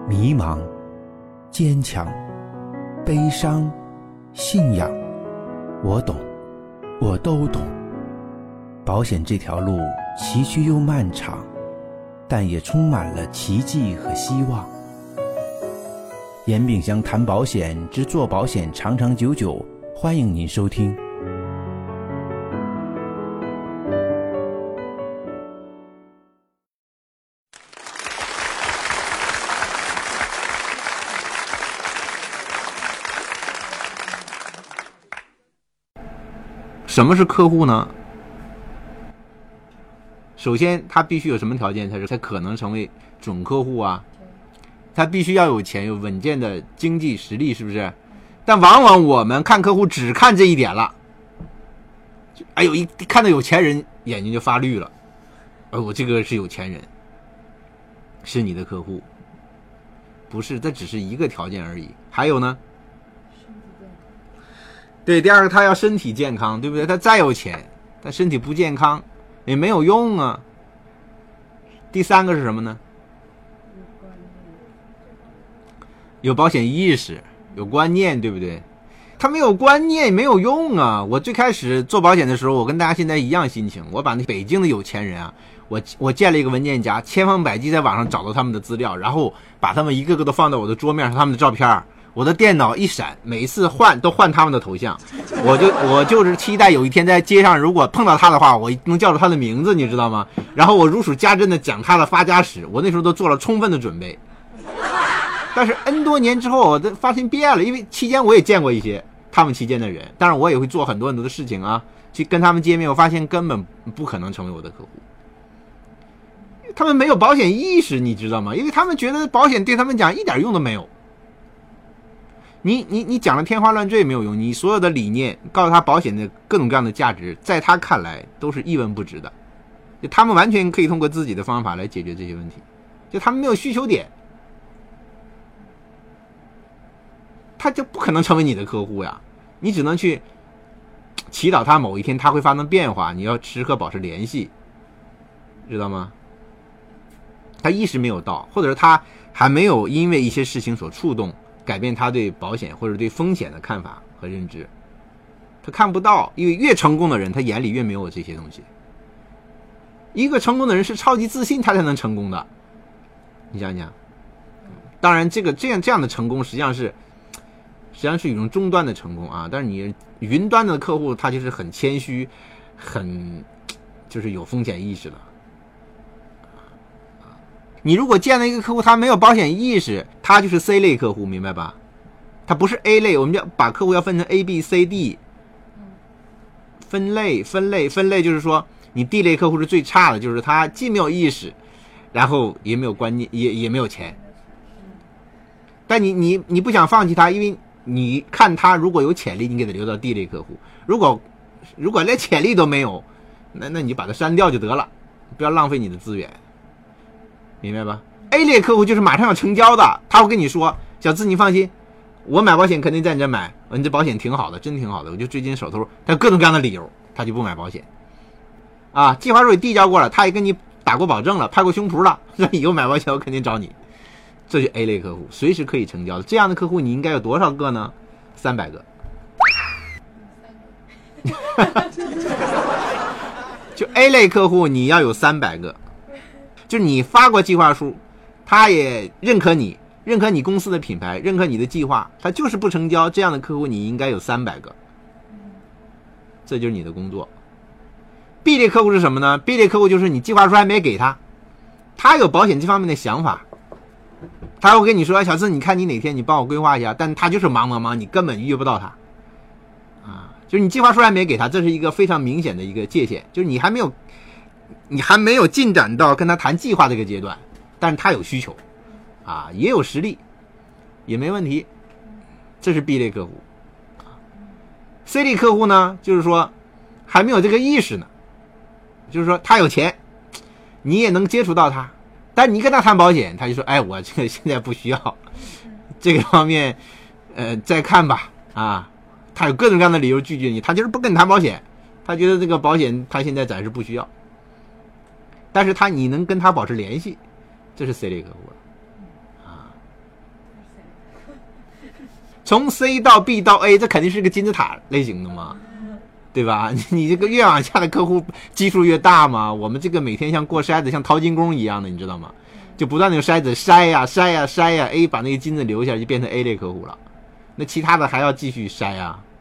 迷茫、坚强、悲伤、信仰，我懂，我都懂。保险这条路崎岖又漫长，但也充满了奇迹和希望。严炳祥谈保险之做保险长长久久，欢迎您收听。 什么是客户呢？首先他必须有什么条件才可能成为准客户啊？他必须要有钱，有稳健的经济实力，是不是？但往往我们看客户只看这一点了。哎呦，一看到有钱人眼睛就发绿了。我这个是有钱人，是你的客户。不是，这只是一个条件而已。还有呢？对，第二个他要身体健康，对不对？他再有钱，他身体不健康也没有用啊。第三个是什么呢？有保险意识，有观念，对不对？他没有观念没有用啊。我最开始做保险的时候，我跟大家现在一样心情，我把那北京的有钱人啊，我建了一个文件夹，千方百计在网上找到他们的资料，然后把他们一个个都放到我的桌面上，他们的照片，我的电脑一闪，每一次都换他们的头像。我就是期待有一天在街上如果碰到他的话，我能叫出他的名字，你知道吗？然后我如数家珍的讲他的发家史，我那时候都做了充分的准备。但是 N 多年之后，我的发现变了，因为期间我也见过一些他们期间的人，当然我也会做很多的事情啊，去跟他们见面，我发现根本不可能成为我的客户。他们没有保险意识，你知道吗？因为他们觉得保险对他们讲一点用都没有。你讲了天花乱坠没有用，你所有的理念告诉他保险的各种各样的价值，在他看来都是一文不值的。就他们完全可以通过自己的方法来解决这些问题，就他们没有需求点，他就不可能成为你的客户呀。你只能去祈祷他某一天他会发生变化，你要时刻保持联系，知道吗？他意识没有到，或者是他还没有因为一些事情所触动，改变他对保险或者对风险的看法和认知，他看不到。因为越成功的人，他眼里越没有这些东西。一个成功的人是超级自信，他才能成功的。你想想，当然这样的成功实际上是一种中端的成功啊。但是你云端的客户，他就是很谦虚，就是有风险意识的。你如果见了一个客户，他没有保险意识，他就是 C 类客户，明白吧？他不是 A 类，我们要把客户要分成 A、B、C、D， 分类就是说，你 D 类客户是最差的，就是他既没有意识，然后也没有观念，也没有钱。但你不想放弃他，因为你看他如果有潜力，你给他留到 D 类客户；如果连潜力都没有，那你就把他删掉就得了，不要浪费你的资源。明白吧？ A 类客户就是马上要成交的，他会跟你说：“小资，你放心，我买保险肯定在你这买，你这保险挺好的，真挺好的，我就最近手头。”他有各种各样的理由，他就不买保险。啊，计划书也递交过了，他也跟你打过保证了，拍过胸脯了，说以后买保险我肯定找你。这是 A 类客户，随时可以成交的。这样的客户你应该有多少个呢？300个。就 A 类客户你要有300个。就是你发过计划书，他也认可你公司的品牌，认可你的计划，他就是不成交，这样的客户你应该有300个。这就是你的工作。B 类客户是什么呢？ B 类客户就是你计划书还没给他，他有保险这方面的想法，他会跟你说：“小四，你看你哪天你帮我规划一下。”但他就是忙，你根本约不到他。就是你计划书还没给他，这是一个非常明显的一个界限，就是你还没有进展到跟他谈计划这个阶段，但是他有需求也有实力，也没问题。这是 B 类客户。C 类客户呢，就是说还没有这个意识呢，就是说他有钱，你也能接触到他，但你跟他谈保险，他就说：“哎，我这个现在不需要，这个方面再看吧。”他有各种各样的理由拒绝你，他就是不跟你谈保险，他觉得这个保险他现在暂时不需要。但是你能跟他保持联系，这是 C 类客户了。 从 C 到 B 到 A， 这肯定是个金字塔类型的嘛，对吧？你这个越往下的客户基数越大嘛，我们这个每天像过筛子，像淘金工一样的，你知道吗？就不断的用筛子筛呀筛呀筛呀 ，A 把那个金子留下就变成 A 类客户了，那其他的还要继续筛啊。